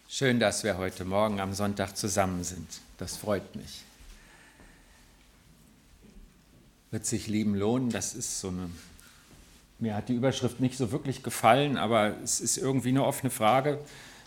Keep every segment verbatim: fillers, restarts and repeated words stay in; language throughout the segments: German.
Schön, dass wir heute Morgen am Sonntag zusammen sind. Das freut mich. Wird sich lieben lohnen, das ist so eine... Mir hat die Überschrift nicht so wirklich gefallen, aber es ist irgendwie eine offene Frage.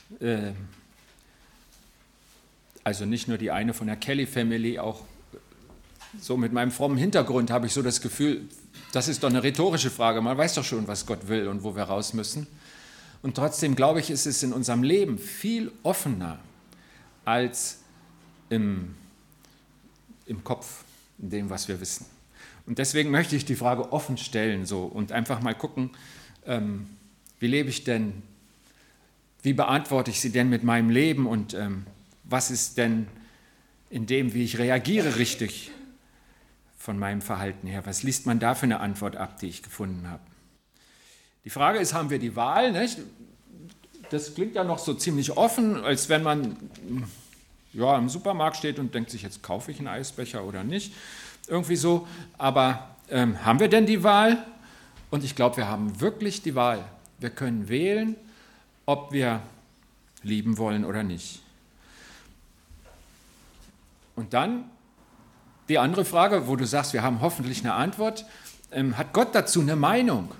Also nicht nur die eine von der Kelly Family, auch so mit meinem frommen Hintergrund habe ich so das Gefühl, das ist doch eine rhetorische Frage. Man weiß doch schon, was Gott will und wo wir raus müssen. Und trotzdem glaube ich, ist es in unserem Leben viel offener als im, im Kopf, in dem, was wir wissen. Und deswegen möchte ich die Frage offen stellen so, und einfach mal gucken, ähm, wie lebe ich denn, wie beantworte ich sie denn mit meinem Leben und ähm, was ist denn in dem, wie ich reagiere, richtig von meinem Verhalten her? Was liest man da für eine Antwort ab, die ich gefunden habe? Die Frage ist, haben wir die Wahl? Nicht? Das klingt ja noch so ziemlich offen, als wenn man ja, im Supermarkt steht und denkt sich, jetzt kaufe ich einen Eisbecher oder nicht. Irgendwie so. Aber ähm, haben wir denn die Wahl? Und ich glaube, wir haben wirklich die Wahl. Wir können wählen, ob wir lieben wollen oder nicht. Und dann die andere Frage, wo du sagst, wir haben hoffentlich eine Antwort. Ähm, hat Gott dazu eine Meinung?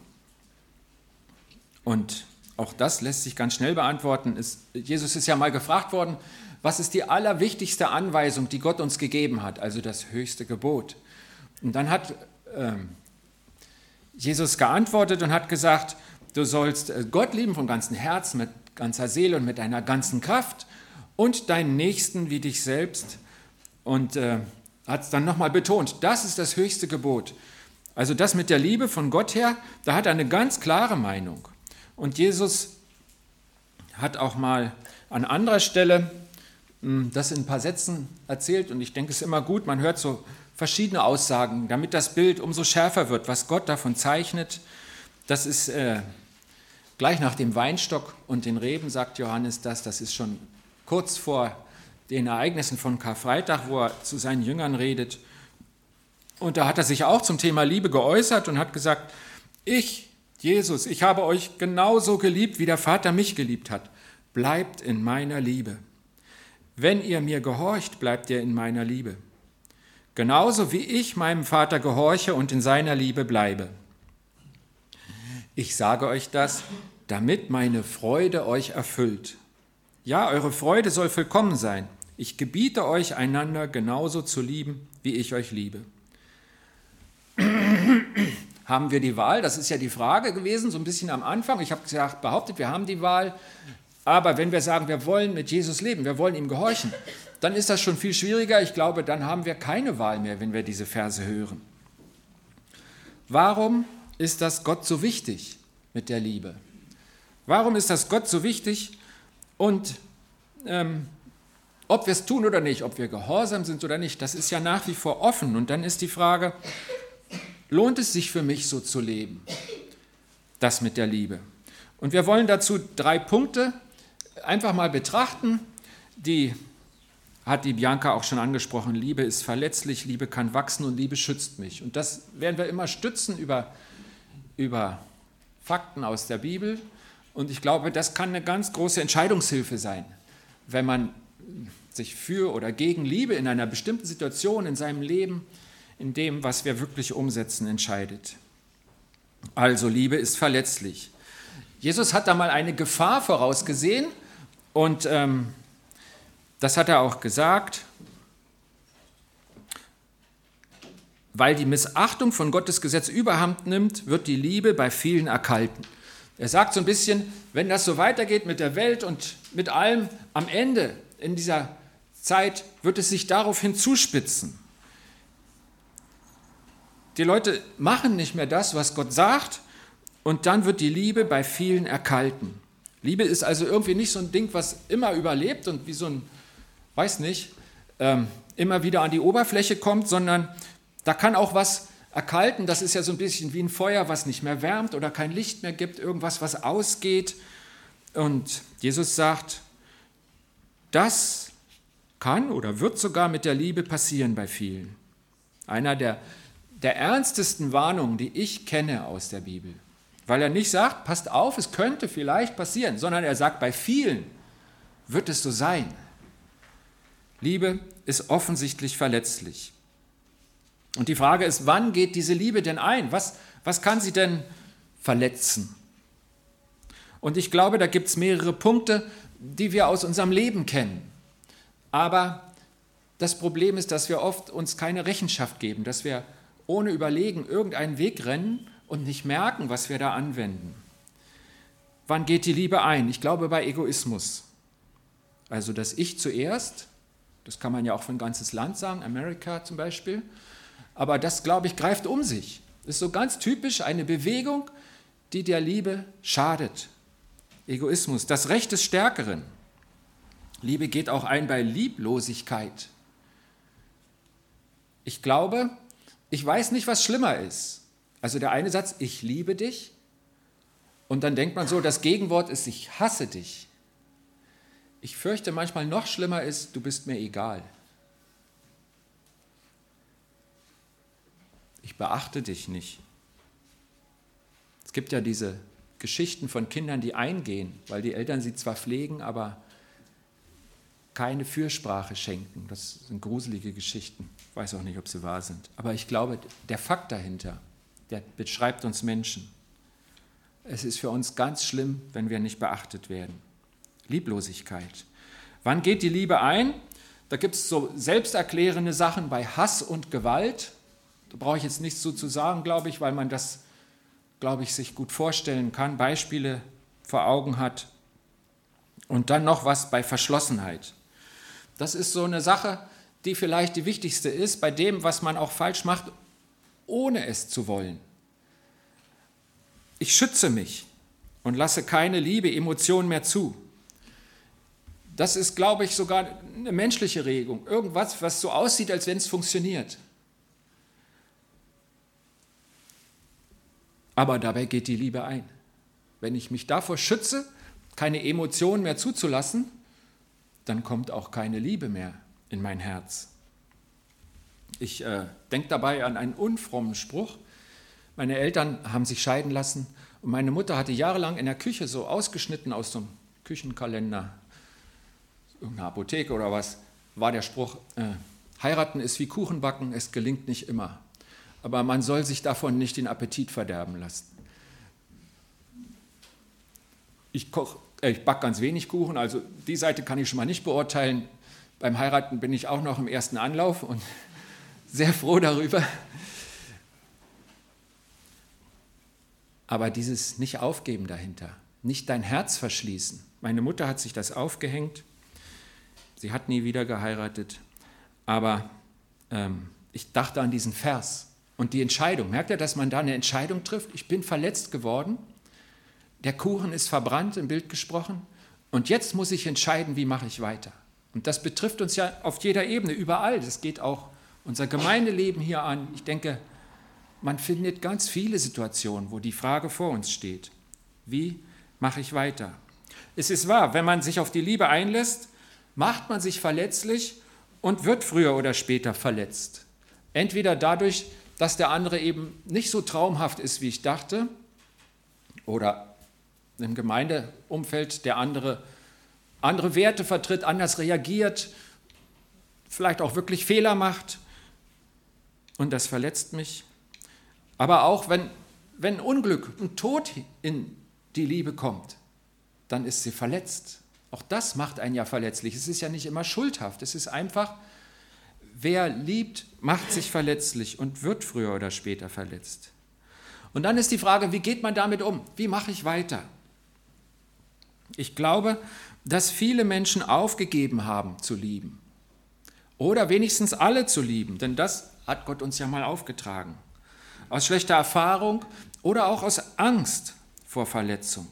Und auch das lässt sich ganz schnell beantworten. Ist, Jesus ist ja mal gefragt worden, was ist die allerwichtigste Anweisung, die Gott uns gegeben hat, also das höchste Gebot. Und dann hat ähm, Jesus geantwortet und hat gesagt, du sollst Gott lieben vom ganzen Herzen, mit ganzer Seele und mit deiner ganzen Kraft und deinen Nächsten wie dich selbst. Und äh, hat es dann nochmal betont, das ist das höchste Gebot. Also das mit der Liebe von Gott her, da hat er eine ganz klare Meinung. Und Jesus hat auch mal an anderer Stelle das in ein paar Sätzen erzählt. Und ich denke, es ist immer gut, man hört so verschiedene Aussagen, damit das Bild umso schärfer wird, was Gott davon zeichnet. Das ist äh, gleich nach dem Weinstock und den Reben, sagt Johannes das. Das ist schon kurz vor den Ereignissen von Karfreitag, wo er zu seinen Jüngern redet. Und da hat er sich auch zum Thema Liebe geäußert und hat gesagt, ich, Jesus, ich habe euch genauso geliebt, wie der Vater mich geliebt hat. Bleibt in meiner Liebe. Wenn ihr mir gehorcht, bleibt ihr in meiner Liebe. Genauso wie ich meinem Vater gehorche und in seiner Liebe bleibe. Ich sage euch das, damit meine Freude euch erfüllt. Ja, eure Freude soll vollkommen sein. Ich gebiete euch, einander genauso zu lieben, wie ich euch liebe. Haben wir die Wahl? Das ist ja die Frage gewesen, so ein bisschen am Anfang. Ich habe gesagt, behauptet, wir haben die Wahl. Aber wenn wir sagen, wir wollen mit Jesus leben, wir wollen ihm gehorchen, dann ist das schon viel schwieriger. Ich glaube, dann haben wir keine Wahl mehr, wenn wir diese Verse hören. Warum ist das Gott so wichtig mit der Liebe? Warum ist das Gott so wichtig? Und ähm, ob wir es tun oder nicht, ob wir gehorsam sind oder nicht, das ist ja nach wie vor offen. Und dann ist die Frage, lohnt es sich für mich so zu leben? Das mit der Liebe. Und wir wollen dazu drei Punkte einfach mal betrachten. Die hat die Bianca auch schon angesprochen. Liebe ist verletzlich, Liebe kann wachsen und Liebe schützt mich. Und das werden wir immer stützen über, über Fakten aus der Bibel. Und ich glaube, das kann eine ganz große Entscheidungshilfe sein, wenn man sich für oder gegen Liebe in einer bestimmten Situation in seinem Leben, in dem, was wir wirklich umsetzen, entscheidet. Also Liebe ist verletzlich. Jesus hat da mal eine Gefahr vorausgesehen und ähm, das hat er auch gesagt, weil die Missachtung von Gottes Gesetz überhand nimmt, wird die Liebe bei vielen erkalten. Er sagt so ein bisschen, wenn das so weitergeht mit der Welt und mit allem, am Ende in dieser Zeit wird es sich daraufhin zuspitzen. Die Leute machen nicht mehr das, was Gott sagt, und dann wird die Liebe bei vielen erkalten. Liebe ist also irgendwie nicht so ein Ding, was immer überlebt und wie so ein, weiß nicht, ähm, immer wieder an die Oberfläche kommt, sondern da kann auch was erkalten. Das ist ja so ein bisschen wie ein Feuer, was nicht mehr wärmt oder kein Licht mehr gibt, irgendwas, was ausgeht. Und Jesus sagt, das kann oder wird sogar mit der Liebe passieren bei vielen. Einer der, der ernstesten Warnungen, die ich kenne aus der Bibel. Weil er nicht sagt, passt auf, es könnte vielleicht passieren, sondern er sagt, bei vielen wird es so sein. Liebe ist offensichtlich verletzlich. Und die Frage ist, wann geht diese Liebe denn ein? Was, was kann sie denn verletzen? Und ich glaube, da gibt es mehrere Punkte, die wir aus unserem Leben kennen. Aber das Problem ist, dass wir oft uns keine Rechenschaft geben, dass wir ohne Überlegen irgendeinen Weg rennen und nicht merken, was wir da anwenden. Wann geht die Liebe ein? Ich glaube bei Egoismus. Also das Ich zuerst, das kann man ja auch für ein ganzes Land sagen, Amerika zum Beispiel, aber das, glaube ich, greift um sich. Das ist so ganz typisch eine Bewegung, die der Liebe schadet. Egoismus, das Recht des Stärkeren. Liebe geht auch ein bei Lieblosigkeit. Ich glaube, ich weiß nicht, was schlimmer ist. Also der eine Satz, ich liebe dich, und dann denkt man so, das Gegenwort ist, ich hasse dich. Ich fürchte, manchmal noch schlimmer ist, du bist mir egal. Ich beachte dich nicht. Es gibt ja diese Geschichten von Kindern, die eingehen, weil die Eltern sie zwar pflegen, aber keine Fürsprache schenken. Das sind gruselige Geschichten. Ich weiß auch nicht, ob sie wahr sind. Aber ich glaube, der Fakt dahinter, der beschreibt uns Menschen. Es ist für uns ganz schlimm, wenn wir nicht beachtet werden. Lieblosigkeit. Wann geht die Liebe ein? Da gibt es so selbsterklärende Sachen bei Hass und Gewalt. Da brauche ich jetzt nichts so zu sagen, glaube ich, weil man das, glaube ich, sich gut vorstellen kann, Beispiele vor Augen hat. Und dann noch was bei Verschlossenheit. Das ist so eine Sache, die vielleicht die wichtigste ist, bei dem, was man auch falsch macht, ohne es zu wollen. Ich schütze mich und lasse keine Liebe, Emotionen mehr zu. Das ist, glaube ich, sogar eine menschliche Regung. Irgendwas, was so aussieht, als wenn es funktioniert. Aber dabei geht die Liebe ein. Wenn ich mich davor schütze, keine Emotionen mehr zuzulassen, dann kommt auch keine Liebe mehr in mein Herz. Ich äh, denke dabei an einen unfrommen Spruch. Meine Eltern haben sich scheiden lassen und meine Mutter hatte jahrelang in der Küche so ausgeschnitten aus so einem Küchenkalender, irgendeine Apotheke oder was, war der Spruch, äh, heiraten ist wie Kuchenbacken, es gelingt nicht immer. Aber man soll sich davon nicht den Appetit verderben lassen. Ich, koch, äh, ich backe ganz wenig Kuchen, also die Seite kann ich schon mal nicht beurteilen. Beim Heiraten bin ich auch noch im ersten Anlauf und sehr froh darüber. Aber dieses Nicht-Aufgeben dahinter, nicht dein Herz verschließen. Meine Mutter hat sich das aufgehängt. Sie hat nie wieder geheiratet. Aber ähm, ich dachte an diesen Vers und die Entscheidung. Merkt ihr, dass man da eine Entscheidung trifft? Ich bin verletzt geworden. Der Kuchen ist verbrannt, im Bild gesprochen. Und jetzt muss ich entscheiden, wie mache ich weiter. Und das betrifft uns ja auf jeder Ebene, überall. Das geht auch unser Gemeindeleben hier an. Ich denke, man findet ganz viele Situationen, wo die Frage vor uns steht. Wie mache ich weiter? Es ist wahr, wenn man sich auf die Liebe einlässt, macht man sich verletzlich und wird früher oder später verletzt. Entweder dadurch, dass der andere eben nicht so traumhaft ist, wie ich dachte, oder im Gemeindeumfeld der andere andere Werte vertritt, anders reagiert, vielleicht auch wirklich Fehler macht und das verletzt mich. Aber auch wenn, wenn Unglück und Tod in die Liebe kommt, dann ist sie verletzt. Auch das macht einen ja verletzlich. Es ist ja nicht immer schuldhaft. Es ist einfach, wer liebt, macht sich verletzlich und wird früher oder später verletzt. Und dann ist die Frage, wie geht man damit um? Wie mache ich weiter? Ich glaube, dass viele Menschen aufgegeben haben zu lieben. Oder wenigstens alle zu lieben, denn das hat Gott uns ja mal aufgetragen. Aus schlechter Erfahrung oder auch aus Angst vor Verletzung.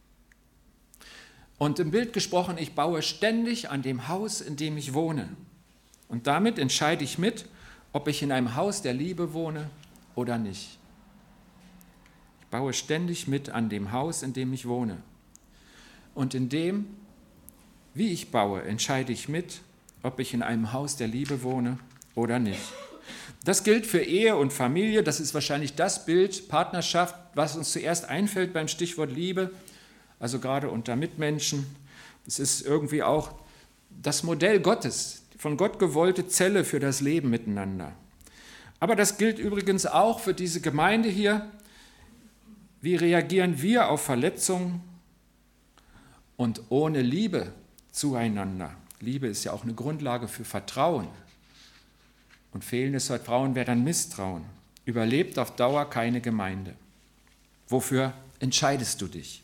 Und im Bild gesprochen, ich baue ständig an dem Haus, in dem ich wohne. Und damit entscheide ich mit, ob ich in einem Haus der Liebe wohne oder nicht. Ich baue ständig mit an dem Haus, in dem ich wohne. Und in dem, wie ich baue, entscheide ich mit, ob ich in einem Haus der Liebe wohne oder nicht. Das gilt für Ehe und Familie, das ist wahrscheinlich das Bild, Partnerschaft, was uns zuerst einfällt beim Stichwort Liebe, also gerade unter Mitmenschen. Es ist irgendwie auch das Modell Gottes, von Gott gewollte Zelle für das Leben miteinander. Aber das gilt übrigens auch für diese Gemeinde hier. Wie reagieren wir auf Verletzungen und ohne Liebe zueinander? Liebe ist ja auch eine Grundlage für Vertrauen. Und fehlendes Vertrauen wäre dann Misstrauen. Überlebt auf Dauer keine Gemeinde. Wofür entscheidest du dich?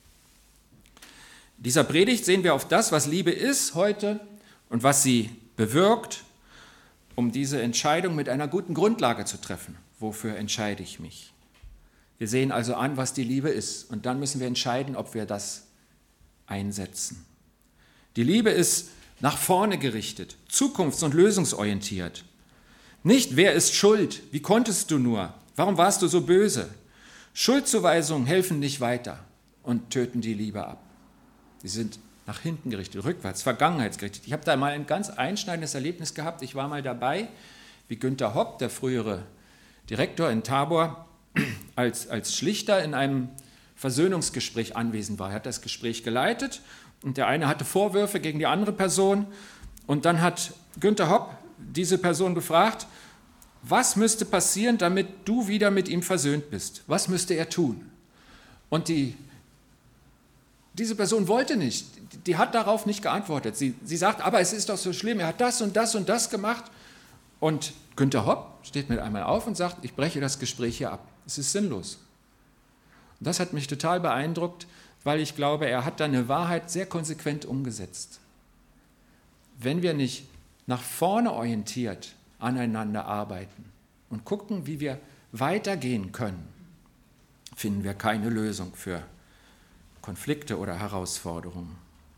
In dieser Predigt sehen wir auf das, was Liebe ist heute und was sie bewirkt, um diese Entscheidung mit einer guten Grundlage zu treffen. Wofür entscheide ich mich? Wir sehen also an, was die Liebe ist, und dann müssen wir entscheiden, ob wir das einsetzen. Die Liebe ist nach vorne gerichtet, zukunfts- und lösungsorientiert. Nicht, wer ist schuld, wie konntest du nur, warum warst du so böse? Schuldzuweisungen helfen nicht weiter und töten die Liebe ab. Sie sind nach hinten gerichtet, rückwärts, vergangenheitsgerichtet. Ich habe da mal ein ganz einschneidendes Erlebnis gehabt. Ich war mal dabei, wie Günter Hopp, der frühere Direktor in Tabor, als, als Schlichter in einem Versöhnungsgespräch anwesend war. Er hat das Gespräch geleitet und der eine hatte Vorwürfe gegen die andere Person. Und dann hat Günter Hopp diese Person gefragt, was müsste passieren, damit du wieder mit ihm versöhnt bist? Was müsste er tun? Und die, diese Person wollte nicht, die hat darauf nicht geantwortet. Sie, sie sagt, aber es ist doch so schlimm, er hat das und das und das gemacht. Und Günter Hopp steht mit einmal auf und sagt, ich breche das Gespräch hier ab. Es ist sinnlos. Und das hat mich total beeindruckt, weil ich glaube, er hat da eine Wahrheit sehr konsequent umgesetzt. Wenn wir nicht nach vorne orientiert aneinander arbeiten und gucken, wie wir weitergehen können, finden wir keine Lösung für Konflikte oder Herausforderungen.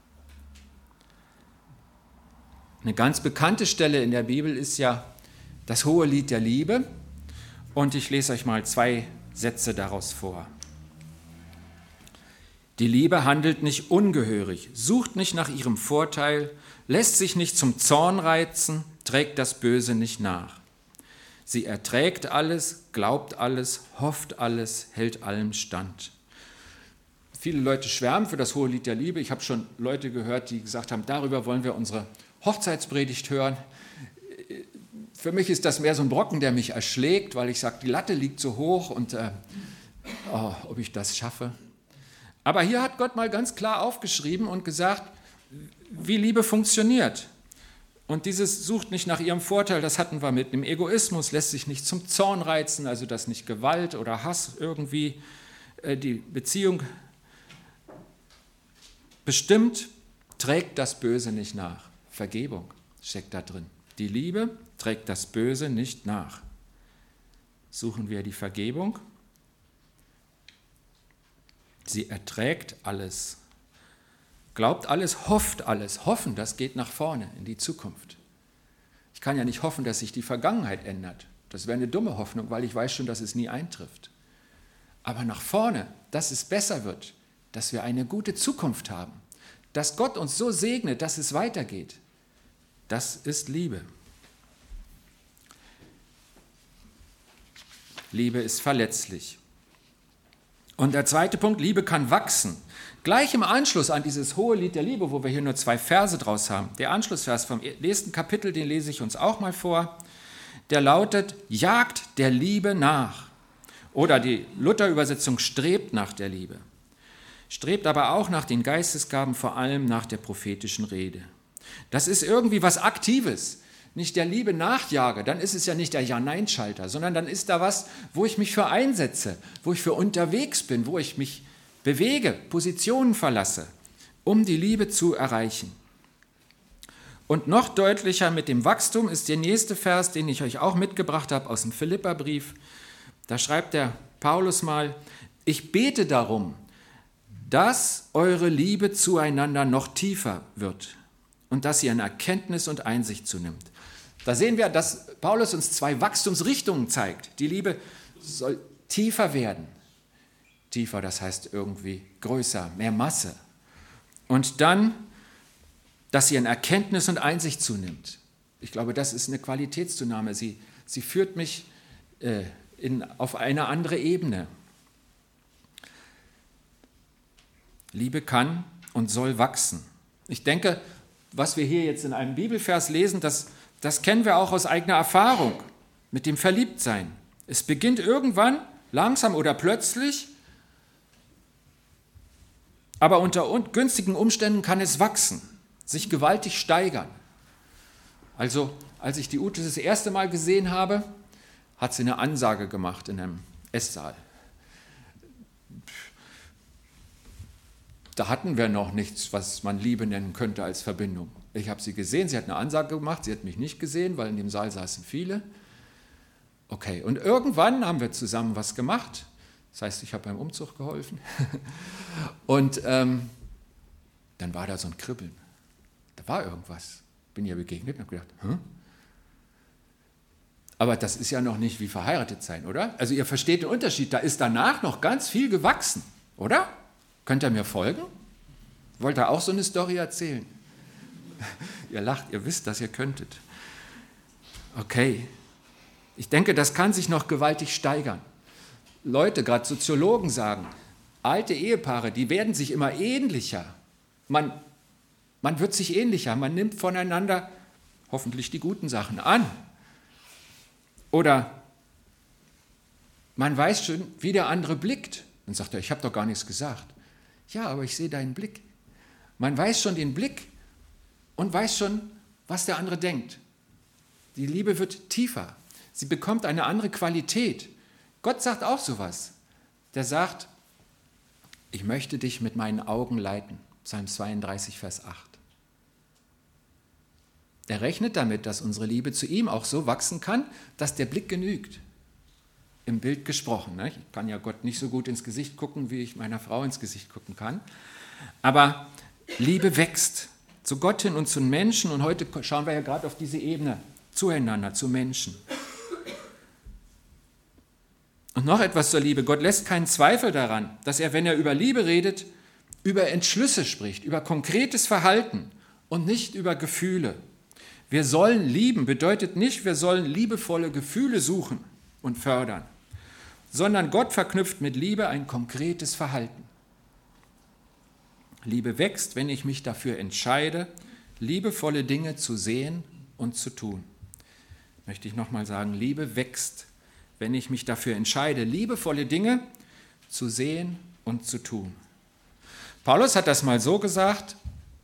Eine ganz bekannte Stelle in der Bibel ist ja das Hohelied der Liebe, und ich lese euch mal zwei Sätze daraus vor. Die Liebe handelt nicht ungehörig, sucht nicht nach ihrem Vorteil, lässt sich nicht zum Zorn reizen, trägt das Böse nicht nach. Sie erträgt alles, glaubt alles, hofft alles, hält allem stand. Viele Leute schwärmen für das Hohelied der Liebe. Ich habe schon Leute gehört, die gesagt haben, darüber wollen wir unsere Hochzeitspredigt hören. Für mich ist das mehr so ein Brocken, der mich erschlägt, weil ich sage, die Latte liegt so hoch und äh, oh, ob ich das schaffe. Aber hier hat Gott mal ganz klar aufgeschrieben und gesagt, wie Liebe funktioniert. Und dieses sucht nicht nach ihrem Vorteil, das hatten wir mit dem Egoismus, lässt sich nicht zum Zorn reizen, also dass nicht Gewalt oder Hass irgendwie äh, die Beziehung bestimmt, trägt das Böse nicht nach. Vergebung steckt da drin. Die Liebe trägt das Böse nicht nach. Suchen wir die Vergebung? Sie erträgt alles, glaubt alles, hofft alles. Hoffen, das geht nach vorne in die Zukunft. Ich kann ja nicht hoffen, dass sich die Vergangenheit ändert. Das wäre eine dumme Hoffnung, weil ich weiß schon, dass es nie eintrifft. Aber nach vorne, dass es besser wird, dass wir eine gute Zukunft haben, dass Gott uns so segnet, dass es weitergeht. Das ist Liebe. Liebe ist verletzlich. Und der zweite Punkt, Liebe kann wachsen. Gleich im Anschluss an dieses Hohelied der Liebe, wo wir hier nur zwei Verse draus haben, der Anschlussvers vom nächsten Kapitel, den lese ich uns auch mal vor, der lautet, jagt der Liebe nach. Oder die Luther-Übersetzung strebt nach der Liebe. Strebt aber auch nach den Geistesgaben, vor allem nach der prophetischen Rede. Das ist irgendwie was Aktives. Nicht der Liebe nachjage, dann ist es ja nicht der Ja-Nein-Schalter, sondern dann ist da was, wo ich mich für einsetze, wo ich für unterwegs bin, wo ich mich bewege, Positionen verlasse, um die Liebe zu erreichen. Und noch deutlicher mit dem Wachstum ist der nächste Vers, den ich euch auch mitgebracht habe aus dem Philipperbrief. Da schreibt der Paulus mal, ich bete darum, dass eure Liebe zueinander noch tiefer wird und dass ihr an Erkenntnis und Einsicht zunimmt. Da sehen wir, dass Paulus uns zwei Wachstumsrichtungen zeigt. Die Liebe soll tiefer werden. Tiefer, das heißt irgendwie größer, mehr Masse. Und dann, dass sie an Erkenntnis und Einsicht zunimmt. Ich glaube, das ist eine Qualitätszunahme. Sie, sie führt mich äh, in, auf eine andere Ebene. Liebe kann und soll wachsen. Ich denke, was wir hier jetzt in einem Bibelvers lesen, das, das kennen wir auch aus eigener Erfahrung mit dem Verliebtsein. Es beginnt irgendwann, langsam oder plötzlich, aber unter günstigen Umständen kann es wachsen, sich gewaltig steigern. Also, als ich die Ute das erste Mal gesehen habe, hat sie eine Ansage gemacht in einem Esssaal. Da hatten wir noch nichts, was man Liebe nennen könnte als Verbindung. Ich habe sie gesehen, sie hat eine Ansage gemacht, sie hat mich nicht gesehen, weil in dem Saal saßen viele. Okay, und irgendwann haben wir zusammen was gemacht. Das heißt, ich habe beim Umzug geholfen. Und ähm, dann war da so ein Kribbeln. Da war irgendwas. Bin ihr begegnet und habe gedacht, hm? Aber das ist ja noch nicht wie verheiratet sein, oder? Also ihr versteht den Unterschied. Da ist danach noch ganz viel gewachsen, oder? Könnt ihr mir folgen? Wollt ihr auch so eine Story erzählen? Ihr lacht, ihr wisst, dass ihr könntet. Okay. Ich denke, das kann sich noch gewaltig steigern. Leute, gerade Soziologen sagen, alte Ehepaare, die werden sich immer ähnlicher. Man, man wird sich ähnlicher, man nimmt voneinander hoffentlich die guten Sachen an. Oder man weiß schon, wie der andere blickt. Dann sagt er, ich habe doch gar nichts gesagt. Ja, aber ich sehe deinen Blick. Man weiß schon den Blick und weiß schon, was der andere denkt. Die Liebe wird tiefer. Sie bekommt eine andere Qualität. Gott sagt auch sowas. Der sagt, ich möchte dich mit meinen Augen leiten. Psalm zweiunddreißig, Vers acht. Er rechnet damit, dass unsere Liebe zu ihm auch so wachsen kann, dass der Blick genügt. Im Bild gesprochen. Ne? Ich kann ja Gott nicht so gut ins Gesicht gucken, wie ich meiner Frau ins Gesicht gucken kann. Aber Liebe wächst zu Gott hin und zu Menschen. Und heute schauen wir ja gerade auf diese Ebene zueinander, zu Menschen. Und noch etwas zur Liebe. Gott lässt keinen Zweifel daran, dass er, wenn er über Liebe redet, über Entschlüsse spricht, über konkretes Verhalten und nicht über Gefühle. Wir sollen lieben bedeutet nicht, wir sollen liebevolle Gefühle suchen und fördern, sondern Gott verknüpft mit Liebe ein konkretes Verhalten. Liebe wächst, wenn ich mich dafür entscheide, liebevolle Dinge zu sehen und zu tun. Möchte ich nochmal sagen, Liebe wächst, wenn ich mich dafür entscheide, liebevolle Dinge zu sehen und zu tun. Paulus hat das mal so gesagt: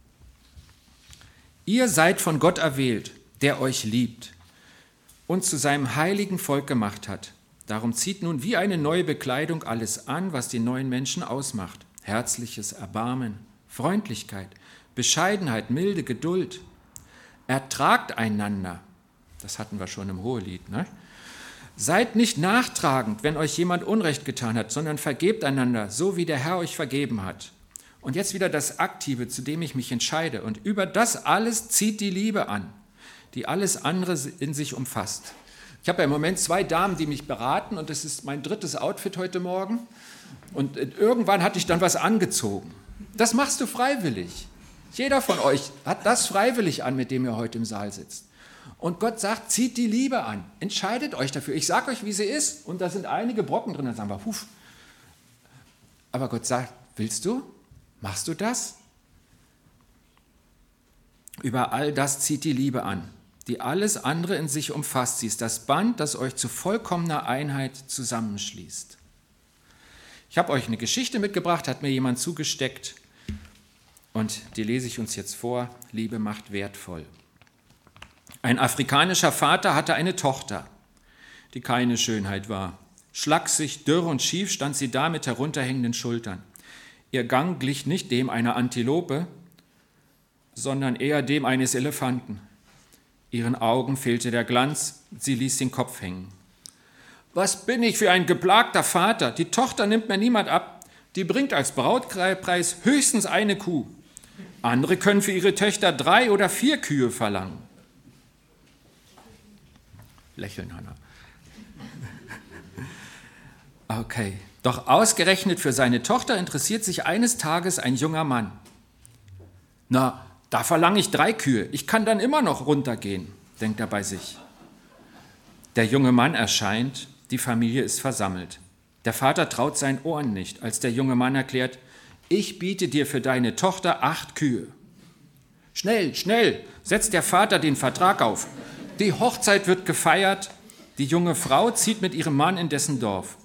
Ihr seid von Gott erwählt, der euch liebt und zu seinem heiligen Volk gemacht hat. Darum zieht nun wie eine neue Bekleidung alles an, was den neuen Menschen ausmacht. Herzliches Erbarmen, Freundlichkeit, Bescheidenheit, Milde, Geduld. Ertragt einander. Das hatten wir schon im Hohelied, ne? Seid nicht nachtragend, wenn euch jemand Unrecht getan hat, sondern vergebt einander, so wie der Herr euch vergeben hat. Und jetzt wieder das Aktive, zu dem ich mich entscheide. Und über das alles zieht die Liebe an, die alles andere in sich umfasst. Ich habe ja im Moment zwei Damen, die mich beraten, und das ist mein drittes Outfit heute Morgen. Und irgendwann hatte ich dann was angezogen. Das machst du freiwillig. Jeder von euch hat das freiwillig an, mit dem ihr heute im Saal sitzt. Und Gott sagt, zieht die Liebe an, entscheidet euch dafür. Ich sage euch, wie sie ist, und da sind einige Brocken drin, dann sagen wir, huf. Aber Gott sagt, willst du? Machst du das? Über all das zieht die Liebe an, die alles andere in sich umfasst. Sie ist das Band, das euch zu vollkommener Einheit zusammenschließt. Ich habe euch eine Geschichte mitgebracht, hat mir jemand zugesteckt, und die lese ich uns jetzt vor. Liebe macht wertvoll. Ein afrikanischer Vater hatte eine Tochter, die keine Schönheit war. Schlaksig, dürr und schief stand sie da mit herunterhängenden Schultern. Ihr Gang glich nicht dem einer Antilope, sondern eher dem eines Elefanten. Ihren Augen fehlte der Glanz, sie ließ den Kopf hängen. Was bin ich für ein geplagter Vater? Die Tochter nimmt mir niemand ab. Die bringt als Brautpreis höchstens eine Kuh. Andere können für ihre Töchter drei oder vier Kühe verlangen. Lächeln, Hannah. Okay, doch ausgerechnet für seine Tochter interessiert sich eines Tages ein junger Mann. Na, da verlange ich drei Kühe, ich kann dann immer noch runtergehen, denkt er bei sich. Der junge Mann erscheint, die Familie ist versammelt. Der Vater traut seinen Ohren nicht, als der junge Mann erklärt, ich biete dir für deine Tochter acht Kühe. Schnell, schnell, setzt der Vater den Vertrag auf. Die Hochzeit wird gefeiert, die junge Frau zieht mit ihrem Mann in dessen Dorf.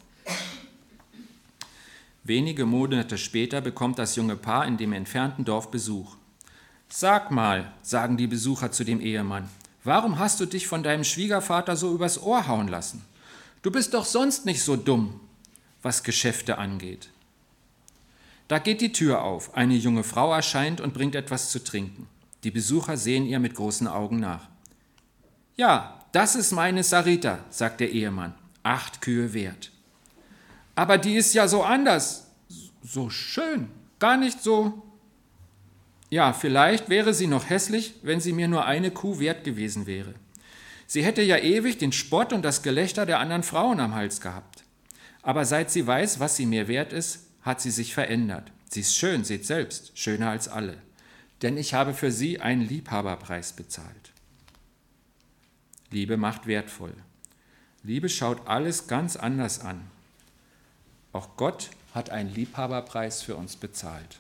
Wenige Monate später bekommt das junge Paar in dem entfernten Dorf Besuch. Sag mal, sagen die Besucher zu dem Ehemann, warum hast du dich von deinem Schwiegervater so übers Ohr hauen lassen? Du bist doch sonst nicht so dumm, was Geschäfte angeht. Da geht die Tür auf, eine junge Frau erscheint und bringt etwas zu trinken. Die Besucher sehen ihr mit großen Augen nach. Ja, das ist meine Sarita, sagt der Ehemann, acht Kühe wert. Aber die ist ja so anders, so schön, gar nicht so. Ja, vielleicht wäre sie noch hässlich, wenn sie mir nur eine Kuh wert gewesen wäre. Sie hätte ja ewig den Spott und das Gelächter der anderen Frauen am Hals gehabt. Aber seit sie weiß, was sie mir wert ist, hat sie sich verändert. Sie ist schön, seht selbst, schöner als alle. Denn ich habe für sie einen Liebhaberpreis bezahlt. Liebe macht wertvoll. Liebe schaut alles ganz anders an. Auch Gott hat einen Liebhaberpreis für uns bezahlt.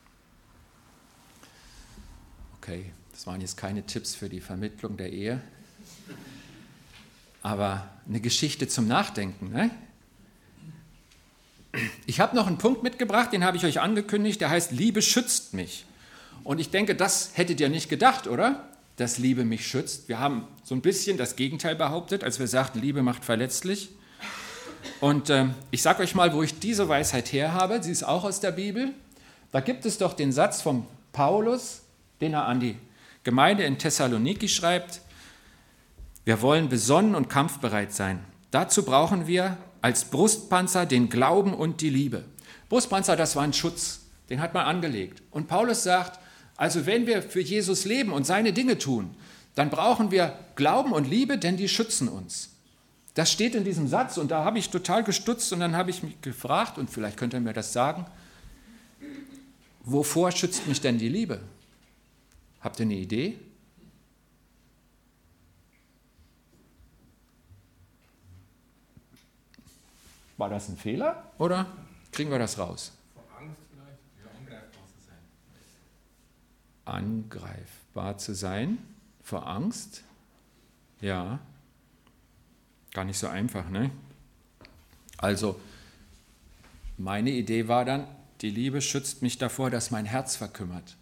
Okay, das waren jetzt keine Tipps für die Vermittlung der Ehe, aber eine Geschichte zum Nachdenken. Ne? Ich habe noch einen Punkt mitgebracht, den habe ich euch angekündigt, der heißt Liebe schützt mich. Und ich denke, das hättet ihr nicht gedacht, oder? Dass Liebe mich schützt. Wir haben so ein bisschen das Gegenteil behauptet, als wir sagten, Liebe macht verletzlich. Und äh, ich sage euch mal, wo ich diese Weisheit her habe. Sie ist auch aus der Bibel. Da gibt es doch den Satz von Paulus, den er an die Gemeinde in Thessaloniki schreibt. Wir wollen besonnen und kampfbereit sein. Dazu brauchen wir als Brustpanzer den Glauben und die Liebe. Brustpanzer, das war ein Schutz, den hat man angelegt. Und Paulus sagt, also wenn wir für Jesus leben und seine Dinge tun, dann brauchen wir Glauben und Liebe, denn die schützen uns. Das steht in diesem Satz und da habe ich total gestutzt und dann habe ich mich gefragt, und vielleicht könnt ihr mir das sagen, wovor schützt mich denn die Liebe? Habt ihr eine Idee? War das ein Fehler oder kriegen wir das raus? Vor Angst vielleicht, ja, angreifbar zu sein. Angreifbar zu sein, vor Angst, ja, gar nicht so einfach, ne? Also, meine Idee war dann, die Liebe schützt mich davor, dass mein Herz verkümmert.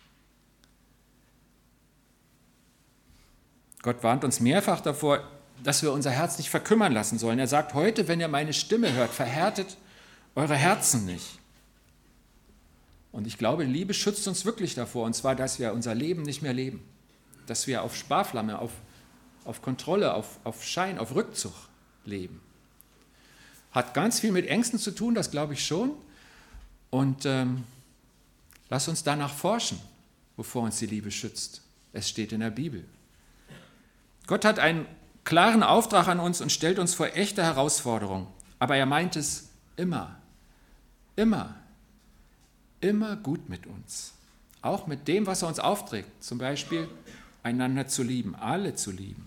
Gott warnt uns mehrfach davor, dass wir unser Herz nicht verkümmern lassen sollen. Er sagt, heute, wenn ihr meine Stimme hört, verhärtet eure Herzen nicht. Und ich glaube, Liebe schützt uns wirklich davor, und zwar, dass wir unser Leben nicht mehr leben. Dass wir auf Sparflamme, auf, auf Kontrolle, auf, auf Schein, auf Rückzug leben. Hat ganz viel mit Ängsten zu tun, das glaube ich schon. Und ähm, lass uns danach forschen, wovor uns die Liebe schützt. Es steht in der Bibel. Gott hat einen klaren Auftrag an uns und stellt uns vor echte Herausforderungen. Aber er meint es immer, immer, immer gut mit uns. Auch mit dem, was er uns aufträgt. Zum Beispiel, einander zu lieben, alle zu lieben.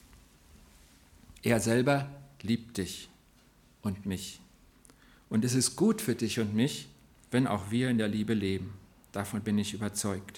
Er selber liebt dich und mich. Und es ist gut für dich und mich, wenn auch wir in der Liebe leben. Davon bin ich überzeugt.